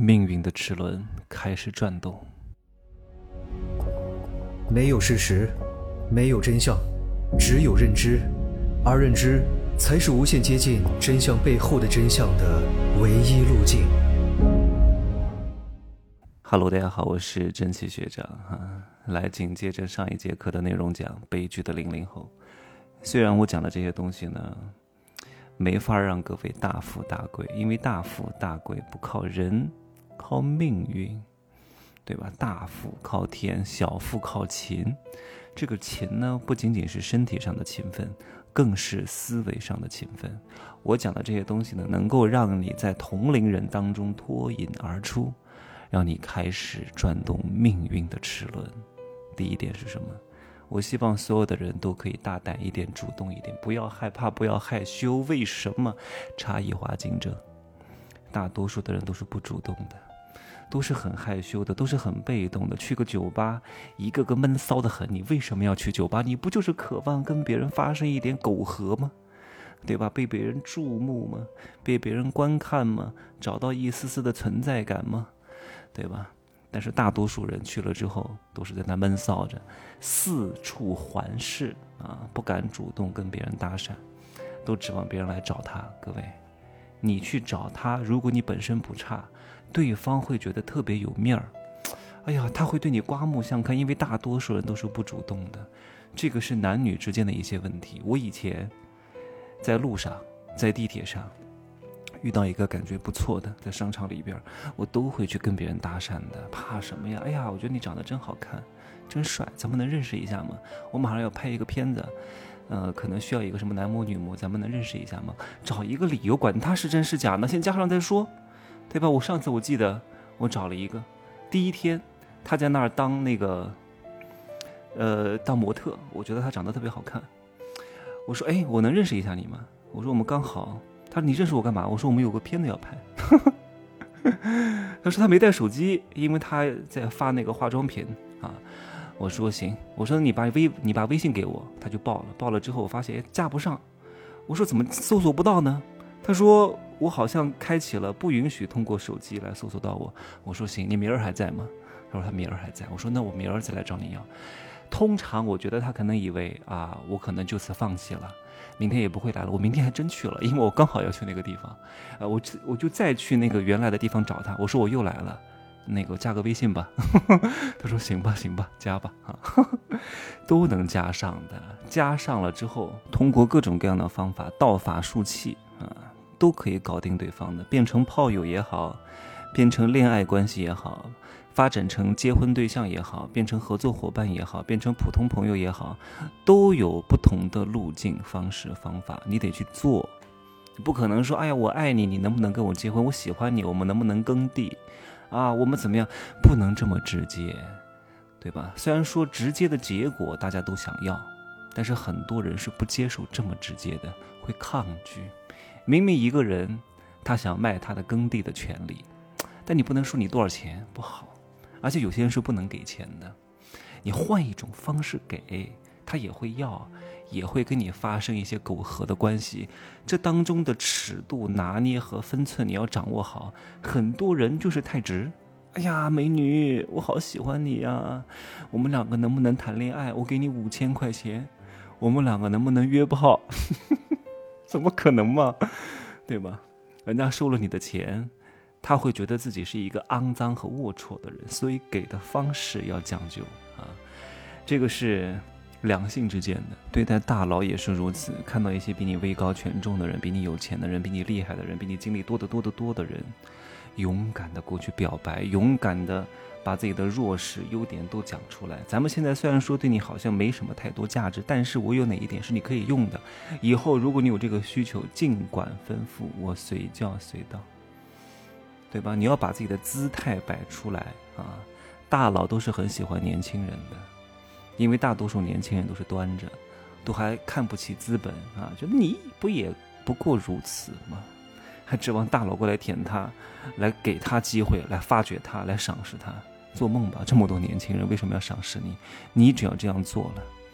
命运的齿轮开始转动。 没有事实，没有真相，只有认知，而认知才是无限接近真相背后的真相的唯一路径。 Hello， 大家好，我是真奇学长来紧接着上一节课的内容讲悲剧的00后。虽然我讲的这些东西呢，没法让各位大富大贵，因为大富大贵不靠人，靠命运，对吧？大富靠天，小富靠勤。这个勤呢，不仅仅是身体上的勤奋，更是思维上的勤奋。我讲的这些东西呢，能够让你在同龄人当中脱颖而出，让你开始转动命运的齿轮。第一点是什么？我希望所有的人都可以大胆一点，主动一点，不要害怕，不要害羞。为什么？差异化竞争，大多数的人都是不主动的，都是很害羞的，都是很被动的。去个酒吧，一个个闷骚的很。你为什么要去酒吧？你不就是渴望跟别人发生一点苟合吗？对吧？被别人注目吗？被别人观看吗？找到一丝丝的存在感吗？对吧？但是大多数人去了之后，都是在那闷骚着，四处环视不敢主动跟别人搭讪，都指望别人来找他。各位，你去找他，如果你本身不差，对方会觉得特别有面儿。哎呀，他会对你刮目相看，因为大多数人都是不主动的。这个是男女之间的一些问题。我以前在路上，在地铁上遇到一个感觉不错的，在商场里边，我都会去跟别人搭讪的。怕什么呀？哎呀，我觉得你长得真好看，真帅，咱们能认识一下吗？我马上要拍一个片子，可能需要一个什么男模女模，咱们能认识一下吗？找一个理由，管他是真是假呢，先加上再说，对吧？我上次我记得我找了一个，第一天他在那儿当那个当模特，我觉得他长得特别好看。我说，哎，我能认识一下你吗？我说我们刚好。他说你认识我干嘛？我说我们有个片子要拍。他说他没带手机，因为他在发那个化妆品我说行，我说你把微信给我，他就报了之后我发现加不上。我说怎么搜索不到呢？他说我好像开启了不允许通过手机来搜索到我。我说行，你明儿还在吗？他说他明儿还在。我说那我明儿再来找你要。通常我觉得他可能以为我可能就此放弃了，明天也不会来了。我明天还真去了，因为我刚好要去那个地方，我就再去那个原来的地方找他。我说我又来了，那个加个微信吧。他说行吧，加吧都能加上的。加上了之后，通过各种各样的方法，道法术器都可以搞定对方的，变成炮友也好，变成恋爱关系也好，发展成结婚对象也好，变成合作伙伴也好，变成普通朋友也好，都有不同的路径、方式、方法，你得去做。不可能说，哎呀，我爱你，你能不能跟我结婚？我喜欢你，我们能不能耕地？我们怎么样？不能这么直接，对吧？虽然说直接的结果大家都想要，但是很多人是不接受这么直接的，会抗拒。明明一个人他想卖他的耕地的权利，但你不能说你多少钱不好，而且有些人是不能给钱的，你换一种方式给他也会要，也会跟你发生一些苟合的关系。这当中的尺度拿捏和分寸你要掌握好。很多人就是太直，哎呀美女我好喜欢你呀，我们两个能不能谈恋爱？我给你5000块钱，我们两个能不能约炮？怎么可能嘛，对吧？人家收了你的钱，他会觉得自己是一个肮脏和龌龊的人，所以给的方式要讲究这个是两性之间的，对待大佬也是如此。看到一些比你位高权重的人，比你有钱的人，比你厉害的人，比你经历多得多的人，勇敢的过去表白，勇敢的把自己的弱势优点都讲出来。咱们现在虽然说对你好像没什么太多价值，但是我有哪一点是你可以用的，以后如果你有这个需求，尽管吩咐，我随叫随到，对吧？你要把自己的姿态摆出来大佬都是很喜欢年轻人的，因为大多数年轻人都是端着，都还看不起资本觉得你不也不过如此吗？还指望大佬过来舔他，来给他机会，来发掘他，来赏识他？做梦吧！这么多年轻人为什么要赏识你？你只要这样做了，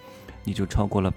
你就超过了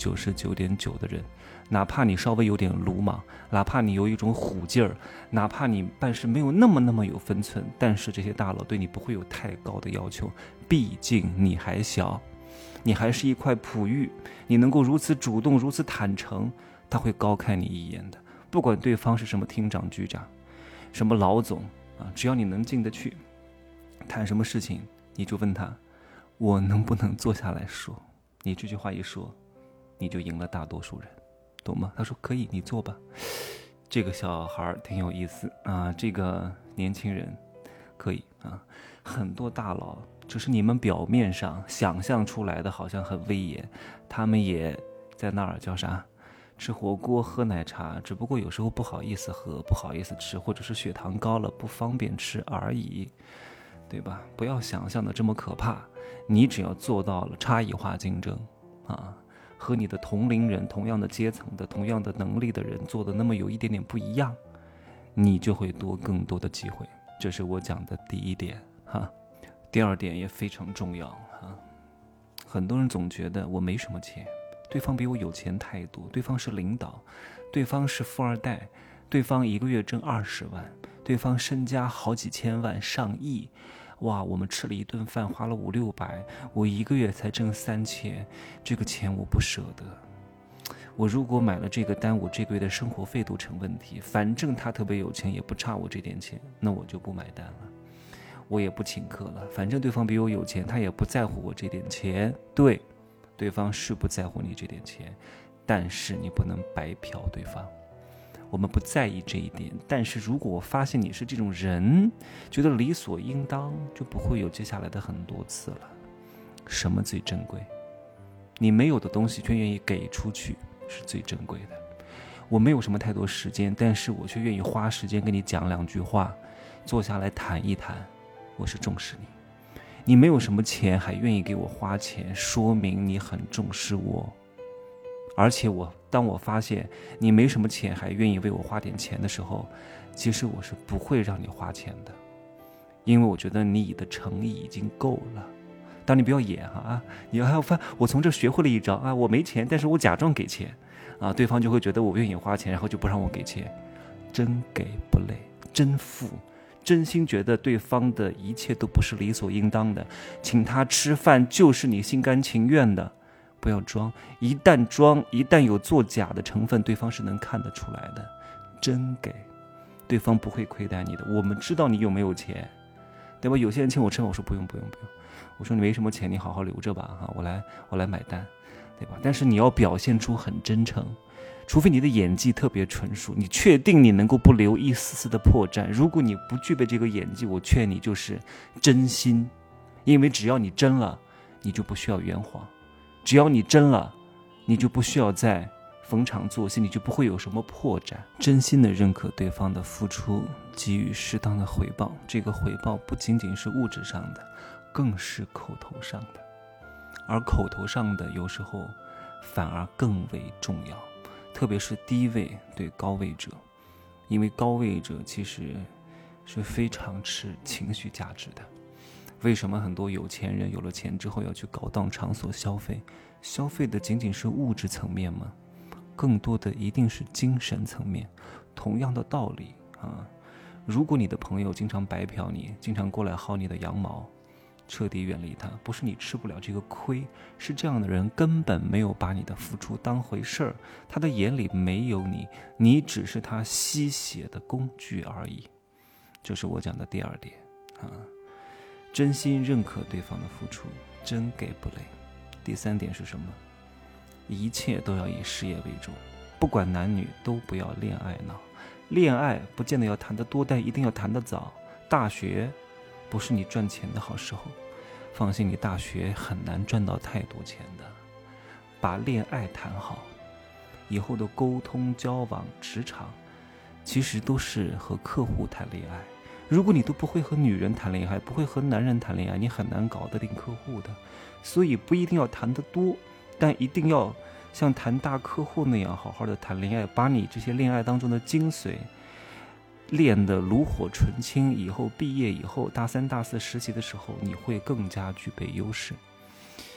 99.9%的人。哪怕你稍微有点鲁莽，哪怕你有一种虎劲儿，哪怕你办事没有那么有分寸，但是这些大佬对你不会有太高的要求，毕竟你还小，你还是一块璞玉，你能够如此主动如此坦诚，他会高看你一眼的。不管对方是什么厅长局长什么老总啊，只要你能进得去，谈什么事情你就问他，我能不能坐下来说？你这句话一说，你就赢了大多数人，懂吗？他说可以，你坐吧。这个小孩挺有意思啊，这个年轻人可以啊。很多大佬就是你们表面上想象出来的好像很威严，他们也在那儿叫啥？吃火锅喝奶茶，只不过有时候不好意思喝，不好意思吃，或者是血糖高了不方便吃而已，对吧？不要想象的这么可怕，你只要做到了差异化竞争啊，和你的同龄人同样的阶层的同样的能力的人做的那么有一点点不一样，你就会多更多的机会。这是我讲的第一点哈。第二点也非常重要哈。很多人总觉得我没什么钱，对方比我有钱太多，对方是领导，对方是富二代，对方一个月挣20万，对方身家好几千万上亿，哇，我们吃了一顿饭花了500-600，我一个月才挣3000，这个钱我不舍得。我如果买了这个单，我这个月的生活费都成问题，反正他特别有钱，也不差我这点钱，那我就不买单了，我也不请客了，反正对方比我有钱，他也不在乎我这点钱。对，对方是不在乎你这点钱，但是你不能白嫖对方。我们不在意这一点，但是如果我发现你是这种人，觉得理所应当，就不会有接下来的很多次了。什么最珍贵？你没有的东西却愿意给出去，是最珍贵的。我没有什么太多时间，但是我却愿意花时间跟你讲2句话，坐下来谈一谈，我是重视你。你没有什么钱，还愿意给我花钱，说明你很重视我。而且当我发现你没什么钱，还愿意为我花点钱的时候，其实我是不会让你花钱的，因为我觉得你的诚意已经够了。当你不要演啊，你还要翻，我从这学会了一招啊，我没钱，但是我假装给钱啊，对方就会觉得我愿意花钱，然后就不让我给钱。真给不累，真付，真心觉得对方的一切都不是理所应当的，请他吃饭就是你心甘情愿的，不要装，一旦装，一旦有作假的成分，对方是能看得出来的。真给，对方不会亏待你的，我们知道你有没有钱，对吧？有些人请我吃饭，我说不用，我说你没什么钱，你好好留着吧哈，我来买单，对吧？但是你要表现出很真诚，除非你的演技特别纯熟，你确定你能够不留一丝丝的破绽。如果你不具备这个演技，我劝你就是真心，因为只要你真了，你就不需要圆谎；只要你真了，你就不需要再逢场作戏，你就不会有什么破绽。真心的认可对方的付出，给予适当的回报，这个回报不仅仅是物质上的，更是口头上的，而口头上的有时候反而更为重要，特别是低位对高位者，因为高位者其实是非常吃情绪价值的。为什么很多有钱人有了钱之后要去高档场所消费？消费的仅仅是物质层面吗？更多的一定是精神层面。同样的道理啊，如果你的朋友经常白嫖你，经常过来薅你的羊毛，彻底远离他，不是你吃不了这个亏，是这样的人根本没有把你的付出当回事儿，他的眼里没有你，你只是他吸血的工具而已。这是我讲的第二点啊，真心认可对方的付出，真给不累。第三点是什么？一切都要以事业为重，不管男女都不要恋爱脑。恋爱不见得要谈得多，但一定要谈得早。大学不是你赚钱的好时候，放心，你大学很难赚到太多钱的。把恋爱谈好，以后的沟通交往职场其实都是和客户谈恋爱。如果你都不会和女人谈恋爱，不会和男人谈恋爱，你很难搞得定客户的。所以不一定要谈得多，但一定要像谈大客户那样好好的谈恋爱，把你这些恋爱当中的精髓练得炉火纯青，以后毕业以后大3大4实习的时候，你会更加具备优势。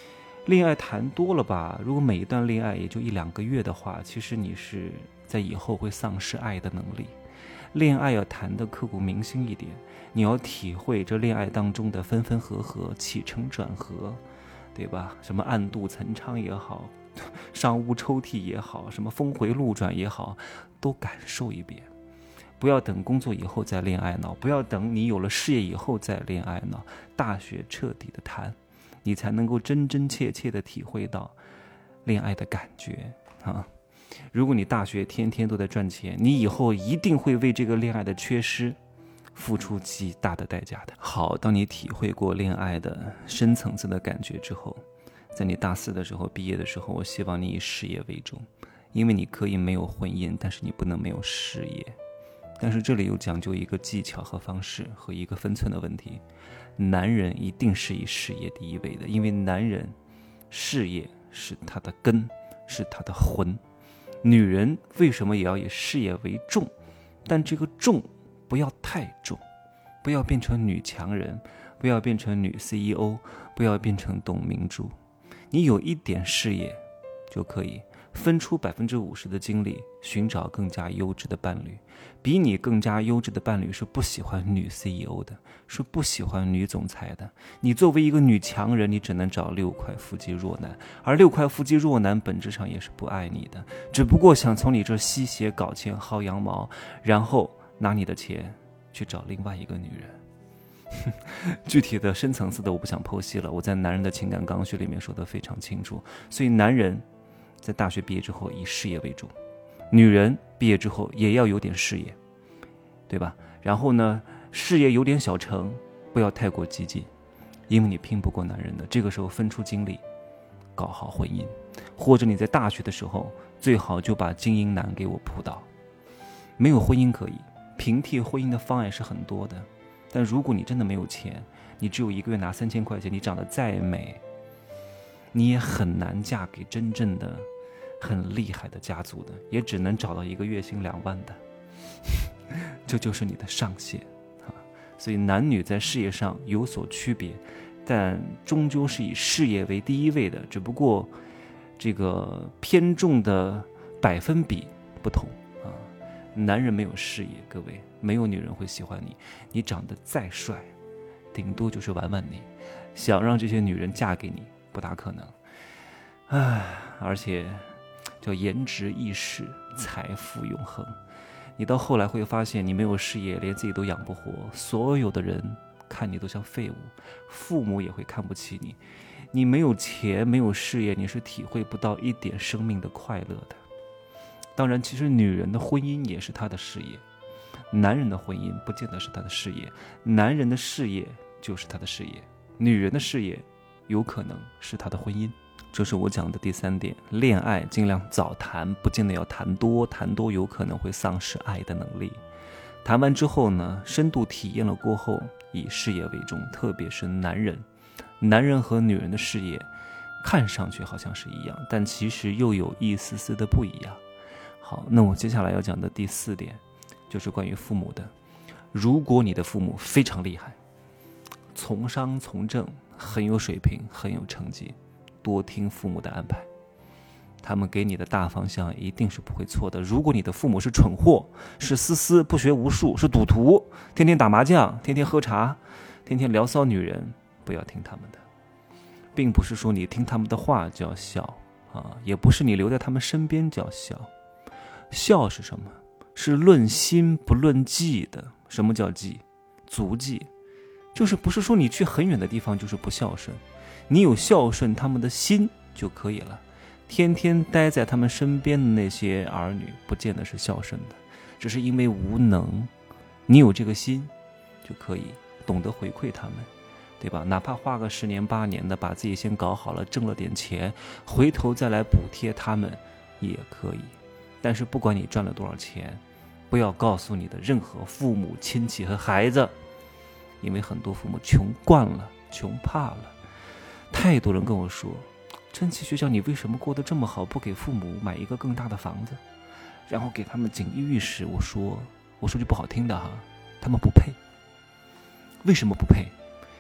恋爱谈多了吧，如果每一段恋爱也就1-2个月的话，其实你是在以后会丧失爱的能力。恋爱要谈得刻骨铭心一点，你要体会这恋爱当中的分分合合、起承转合，对吧？什么暗度陈仓也好，上屋抽屉也好，什么峰回路转也好，都感受一遍。不要等工作以后再恋爱脑，不要等你有了事业以后再恋爱脑，大学彻底的谈，你才能够真真切切的体会到恋爱的感觉啊！如果你大学天天都在赚钱，你以后一定会为这个恋爱的缺失付出极大的代价的。好，当你体会过恋爱的深层次的感觉之后，在你大4的时候毕业的时候，我希望你以事业为重，因为你可以没有婚姻，但是你不能没有事业。但是这里又讲究一个技巧和方式和一个分寸的问题，男人一定是以事业第一位的，因为男人事业是他的根，是他的魂。女人为什么也要以事业为重？但这个重不要太重，不要变成女强人，不要变成女 CEO， 不要变成董明珠。你有一点事业就可以分出50%的精力寻找更加优质的伴侣。比你更加优质的伴侣是不喜欢女 CEO 的，是不喜欢女总裁的。你作为一个女强人，你只能找6块腹肌弱男，而6块腹肌弱男本质上也是不爱你的，只不过想从你这吸血搞钱薅羊毛，然后拿你的钱去找另外一个女人。具体的深层次的我不想剖析了，我在男人的情感刚需里面说得非常清楚。所以男人在大学毕业之后以事业为重，女人毕业之后也要有点事业，对吧？然后呢，事业有点小成，不要太过激进，因为你拼不过男人的。这个时候分出精力搞好婚姻，或者你在大学的时候最好就把精英男给我扑倒。没有婚姻可以平替婚姻的方案是很多的，但如果你真的没有钱，你只有1个月拿3000块钱，你长得再美，你也很难嫁给真正的很厉害的家族的，也只能找到一个月薪2万的，这就是你的上限啊！所以男女在事业上有所区别，但终究是以事业为第一位的，只不过这个偏重的百分比不同啊。男人没有事业，各位，没有女人会喜欢你，你长得再帅，顶多就是玩玩你，想让这些女人嫁给你不大可能。而且叫颜值易逝，财富永恒。你到后来会发现，你没有事业，连自己都养不活，所有的人看你都像废物，父母也会看不起你。你没有钱，没有事业，你是体会不到一点生命的快乐的。当然，其实女人的婚姻也是她的事业，男人的婚姻不见得是他的事业，男人的事业就是他的事业，女人的事业有可能是他的婚姻。这是我讲的第3点，恋爱尽量早谈，不见得要谈多，谈多有可能会丧失爱的能力。谈完之后呢，深度体验了过后，以事业为重，特别是男人和女人的事业看上去好像是一样，但其实又有一丝丝的不一样。好，那我接下来要讲的第4点就是关于父母的。如果你的父母非常厉害，从商从政，很有水平，很有成绩，多听父母的安排，他们给你的大方向一定是不会错的。如果你的父母是蠢货，是思不学无术，是赌徒，天天打麻将，天天喝茶，天天聊骚女人，不要听他们的。并不是说你听他们的话就要孝啊，也不是你留在他们身边就要孝。孝是什么？是论心不论迹的。什么叫迹？足迹，就是不是说你去很远的地方就是不孝顺，你有孝顺他们的心就可以了。天天待在他们身边的那些儿女不见得是孝顺的，只是因为无能。你有这个心就可以懂得回馈他们，对吧？哪怕花个10年8年的，把自己先搞好了，挣了点钱，回头再来补贴他们也可以。但是不管你赚了多少钱，不要告诉你的任何父母亲戚和孩子，因为很多父母穷惯了，穷怕了。太多人跟我说，真奇学长，你为什么过得这么好，不给父母买一个更大的房子，然后给他们锦衣玉食？我说句不好听的哈，他们不配。为什么不配？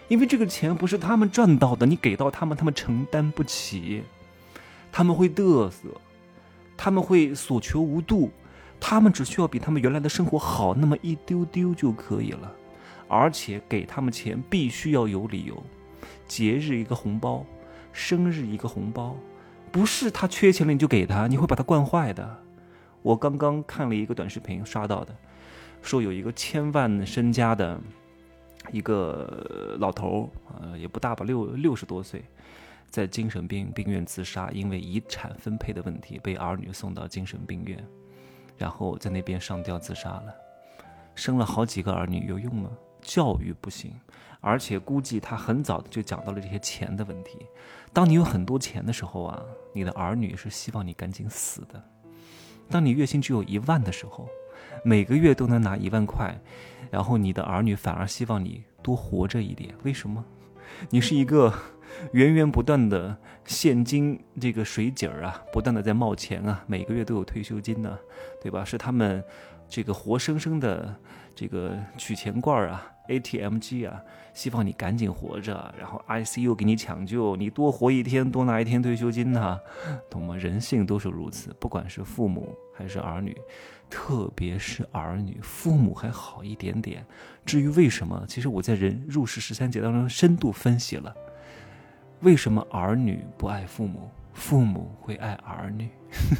因为这个钱不是他们赚到的，你给到他们，他们承担不起，他们会嘚瑟，他们会所求无度，他们只需要比他们原来的生活好那么一丢丢就可以了。而且给他们钱必须要有理由，节日一个红包，生日一个红包，不是他缺钱了你就给他，你会把他惯坏的。我刚刚看了一个短视频刷到的，说有一个1000万身家的一个老头，也不大吧，60多岁，在精神病院自杀，因为遗产分配的问题被儿女送到精神病院，然后在那边上吊自杀了。生了好几个儿女有用吗？教育不行，而且估计他很早就讲到了这些钱的问题。当你有很多钱的时候啊，你的儿女是希望你赶紧死的。当你月薪只有1万的时候，每个月都能拿1万块，然后你的儿女反而希望你多活着一点。为什么？你是一个源源不断的现金这个水井啊，不断的在冒钱啊，每个月都有退休金呢，对吧？是他们这个活生生的这个取钱罐啊 ，ATM 机啊，希望你赶紧活着，然后 ICU 给你抢救，你多活一天，多拿1天退休金啊，懂吗？人性都是如此，不管是父母还是儿女，特别是儿女，父母还好一点点。至于为什么，其实我在入世13节当中深度分析了，为什么儿女不爱父母，父母会爱儿女。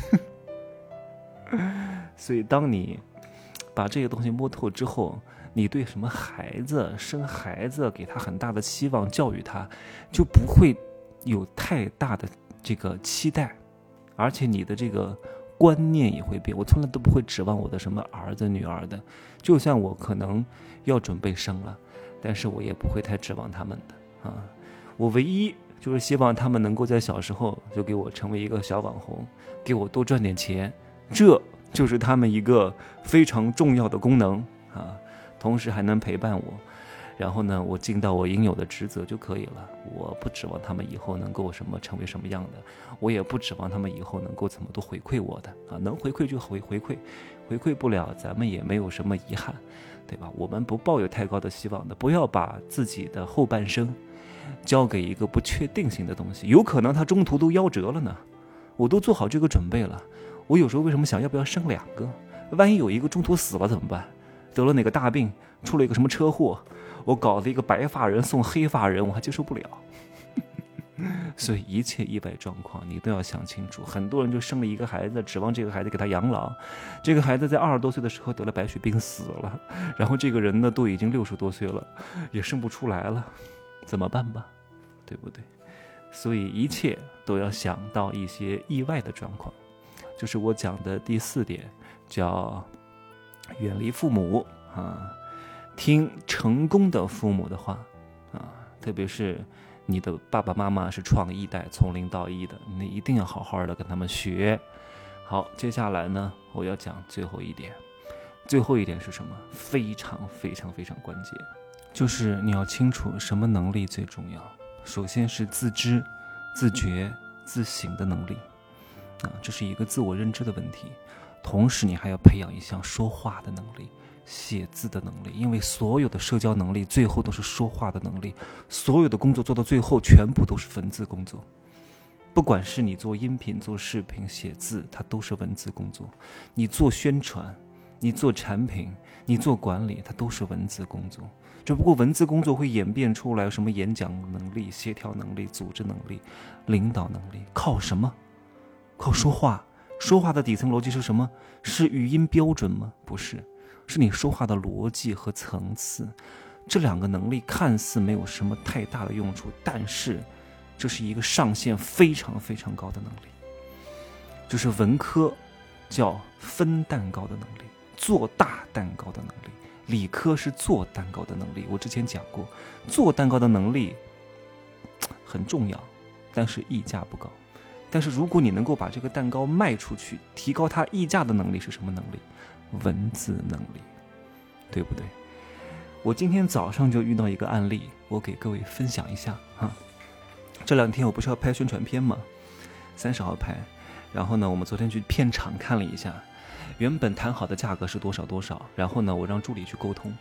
所以当你把这个东西摸透之后，你对什么孩子生孩子给他很大的期望，教育他就不会有太大的这个期待，而且你的这个观念也会变。我从来都不会指望我的什么儿子女儿的，就算我可能要准备生了，但是我也不会太指望他们的啊。我唯一就是希望他们能够在小时候就给我成为一个小网红，给我多赚点钱，这就是他们一个非常重要的功能啊。同时还能陪伴我，然后呢，我尽到我应有的职责就可以了。我不指望他们以后能够成为什么样的，我也不指望他们以后能够怎么都回馈我的啊，能回馈就回馈不了，咱们也没有什么遗憾，对吧？我们不抱有太高的希望的，不要把自己的后半生交给一个不确定性的东西，有可能他中途都夭折了呢。我都做好这个准备了，我有时候为什么想要不要生2个？万一有一个中途死了怎么办？得了哪个大病，出了一个什么车祸，我搞了一个白发人送黑发人，我还接受不了。所以一切意外状况你都要想清楚。很多人就生了一个孩子，指望这个孩子给他养老，这个孩子在20多岁的时候得了白血病死了，然后这个人呢都已经60多岁了，也生不出来了，怎么办吧？对不对？所以一切都要想到一些意外的状况，就是我讲的第4点，叫远离父母啊，听成功的父母的话啊，特别是你的爸爸妈妈是创一代，从0到1的，你一定要好好的跟他们学。好，接下来呢，我要讲最后一点。最后一点是什么？非常非常非常关键，就是你要清楚什么能力最重要。首先是自知、自觉、自省的能力啊，这是一个自我认知的问题。同时你还要培养一项说话的能力，写字的能力，因为所有的社交能力最后都是说话的能力，所有的工作做到最后全部都是文字工作，不管是你做音频、做视频、写字，它都是文字工作。你做宣传，你做产品，你做管理，它都是文字工作。只不过文字工作会演变出来什么演讲能力、协调能力、组织能力、领导能力，靠什么？靠说话。说话的底层逻辑是什么？是语音标准吗？不是，是你说话的逻辑和层次。这2个能力看似没有什么太大的用处，但是这是一个上限非常非常高的能力。就是文科叫分蛋糕的能力，做大蛋糕的能力；理科是做蛋糕的能力。我之前讲过，做蛋糕的能力很重要，但是溢价不高。但是如果你能够把这个蛋糕卖出去，提高它溢价的能力是什么能力？文字能力，对不对？我今天早上就遇到一个案例，我给各位分享一下哈。这2天我不是要拍宣传片吗？30号拍，然后呢，我们昨天去片场看了一下，原本谈好的价格是多少，然后呢，我让助理去沟通，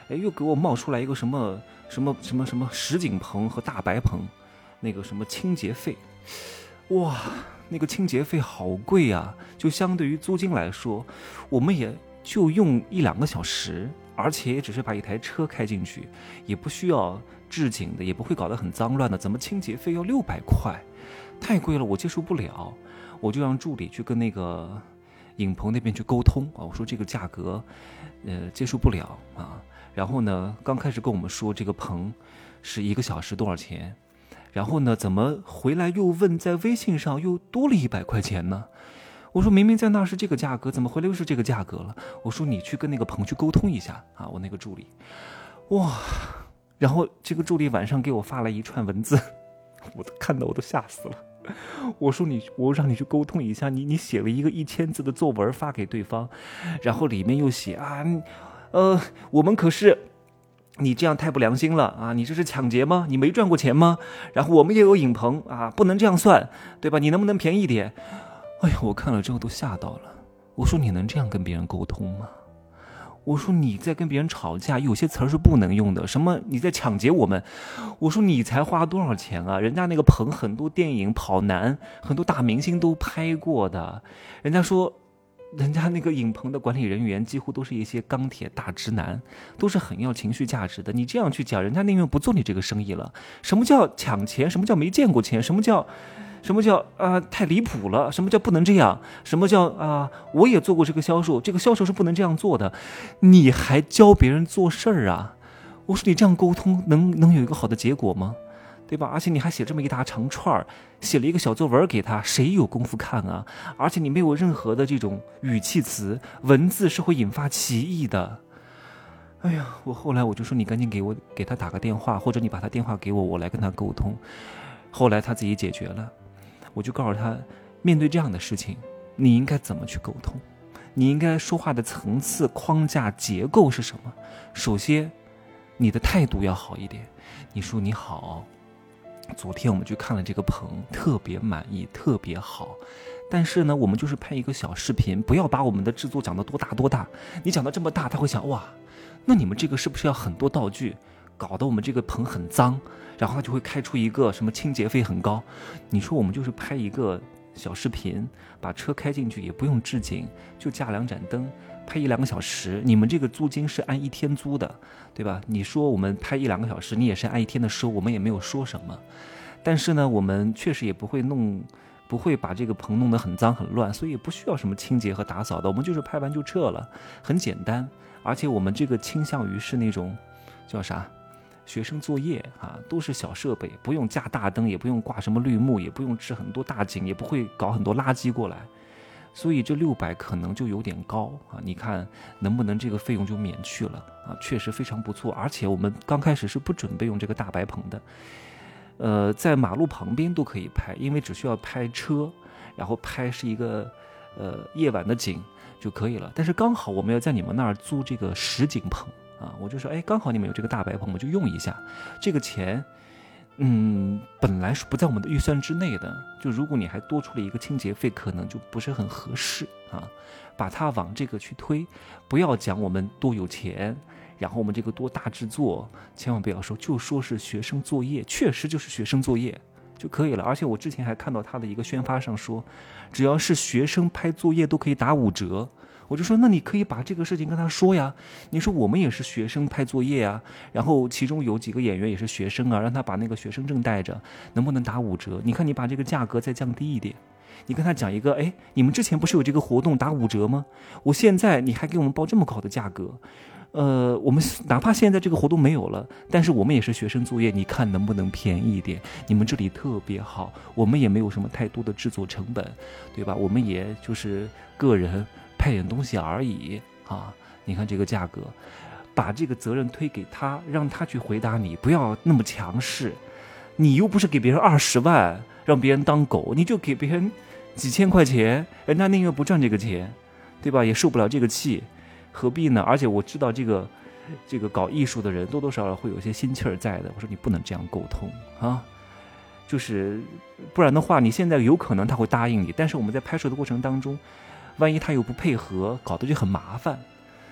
又给我冒出来一个什么什景棚和大白棚，那个什么清洁费，哇，那个清洁费好贵啊！就相对于租金来说，我们也就用1-2个小时，而且也只是把一台车开进去，也不需要置景的，也不会搞得很脏乱的，怎么清洁费要600块？太贵了，我接受不了。我就让助理去跟那个影棚那边去沟通啊，我说这个价格，接受不了啊。然后呢，刚开始跟我们说这个棚是1个小时多少钱，然后呢，怎么回来又问在微信上又多了100块钱呢？我说明明在那是这个价格，怎么回来又是这个价格了？我说你去跟那个棚去沟通一下啊，我那个助理，哇，然后这个助理晚上给我发了一串文字，我看到我都吓死了。我让你去沟通一下，你写了一个1000字的作文发给对方，然后里面又写啊，我们可是，你这样太不良心了啊！你这是抢劫吗？你没赚过钱吗？然后我们也有影棚啊，不能这样算，对吧？你能不能便宜点？哎呀，我看了之后都吓到了。我说你能这样跟别人沟通吗？我说你在跟别人吵架，有些词儿是不能用的。什么你在抢劫我们？我说你才花多少钱啊？人家那个棚很多电影跑男，很多大明星都拍过的。人家说，人家那个影棚的管理人员几乎都是一些钢铁大直男，都是很要情绪价值的。你这样去讲，人家宁愿不做你这个生意了。什么叫抢钱？什么叫没见过钱？什么叫太离谱了？什么叫不能这样？什么叫我也做过这个销售，这个销售是不能这样做的。你还教别人做事儿啊？我说你这样沟通能有一个好的结果吗？对吧？而且你还写这么一大长串，写了一个小作文给他，谁有功夫看啊？而且你没有任何的这种语气词，文字是会引发歧义的。哎呀，后来我就说你赶紧给他打个电话，或者你把他电话给我，我来跟他沟通。后来他自己解决了。我就告诉他，面对这样的事情，你应该怎么去沟通？你应该说话的层次、框架、结构是什么？首先，你的态度要好一点。你说你好，昨天我们去看了这个棚，特别满意，特别好。但是呢，我们就是拍一个小视频，不要把我们的制作讲得多大多大。你讲得这么大，他会想哇，那你们这个是不是要很多道具？搞得我们这个棚很脏，然后他就会开出一个什么清洁费很高。你说我们就是拍一个小视频，把车开进去也不用置景，就架2盏灯，拍1-2个小时。你们这个租金是按1天租的，对吧？你说我们拍1-2个小时，你也是按1天的收，我们也没有说什么。但是呢，我们确实也不会把这个棚弄得很脏很乱，所以也不需要什么清洁和打扫的，我们就是拍完就撤了，很简单。而且我们这个倾向于是那种叫啥？学生作业啊，都是小设备，不用架大灯，也不用挂什么绿幕，也不用置很多大景，也不会搞很多垃圾过来，所以这600可能就有点高啊。你看能不能这个费用就免去了啊？确实非常不错，而且我们刚开始是不准备用这个大白棚的，在马路旁边都可以拍，因为只需要拍车，然后拍是一个夜晚的景就可以了。但是刚好我们要在你们那儿租这个实景棚。我就说，刚好你们有这个大白棚，我就用一下。这个钱，本来是不在我们的预算之内的。就如果你还多出了一个清洁费，可能就不是很合适啊。把它往这个去推，不要讲我们多有钱，然后我们这个多大制作，千万不要说，就说是学生作业，确实就是学生作业就可以了。而且我之前还看到他的一个宣发上说，只要是学生拍作业都可以打5折。我就说，那你可以把这个事情跟他说呀。你说我们也是学生拍作业啊，然后其中有几个演员也是学生啊，让他把那个学生证带着，能不能打5折？你看你把这个价格再降低一点，你跟他讲一个，你们之前不是有这个活动打5折吗？我现在你还给我们报这么高的价格，我们哪怕现在这个活动没有了，但是我们也是学生作业，你看能不能便宜一点？你们这里特别好，我们也没有什么太多的制作成本，对吧？我们也就是个人拍点东西而已啊！你看这个价格，把这个责任推给他，让他去回答你，不要那么强势。你又不是给别人20万，让别人当狗，你就给别人几千块钱，人家宁愿不赚这个钱，对吧？也受不了这个气，何必呢？而且我知道这个搞艺术的人多多少少会有些心气儿在的。我说你不能这样沟通啊，就是不然的话，你现在有可能他会答应你，但是我们在拍摄的过程当中，万一他又不配合，搞得就很麻烦。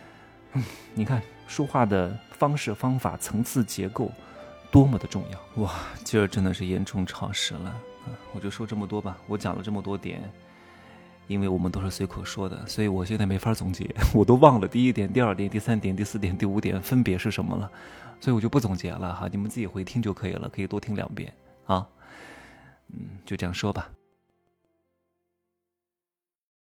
你看说话的方式方法层次结构多么的重要。哇，今儿真的是严重超时了，我就说这么多吧。我讲了这么多点，因为我们都是随口说的，所以我现在没法总结，我都忘了第一点、第二点、第三点、第四点、第五点分别是什么了，所以我就不总结了哈，你们自己回听就可以了，可以多听2遍啊。就这样说吧。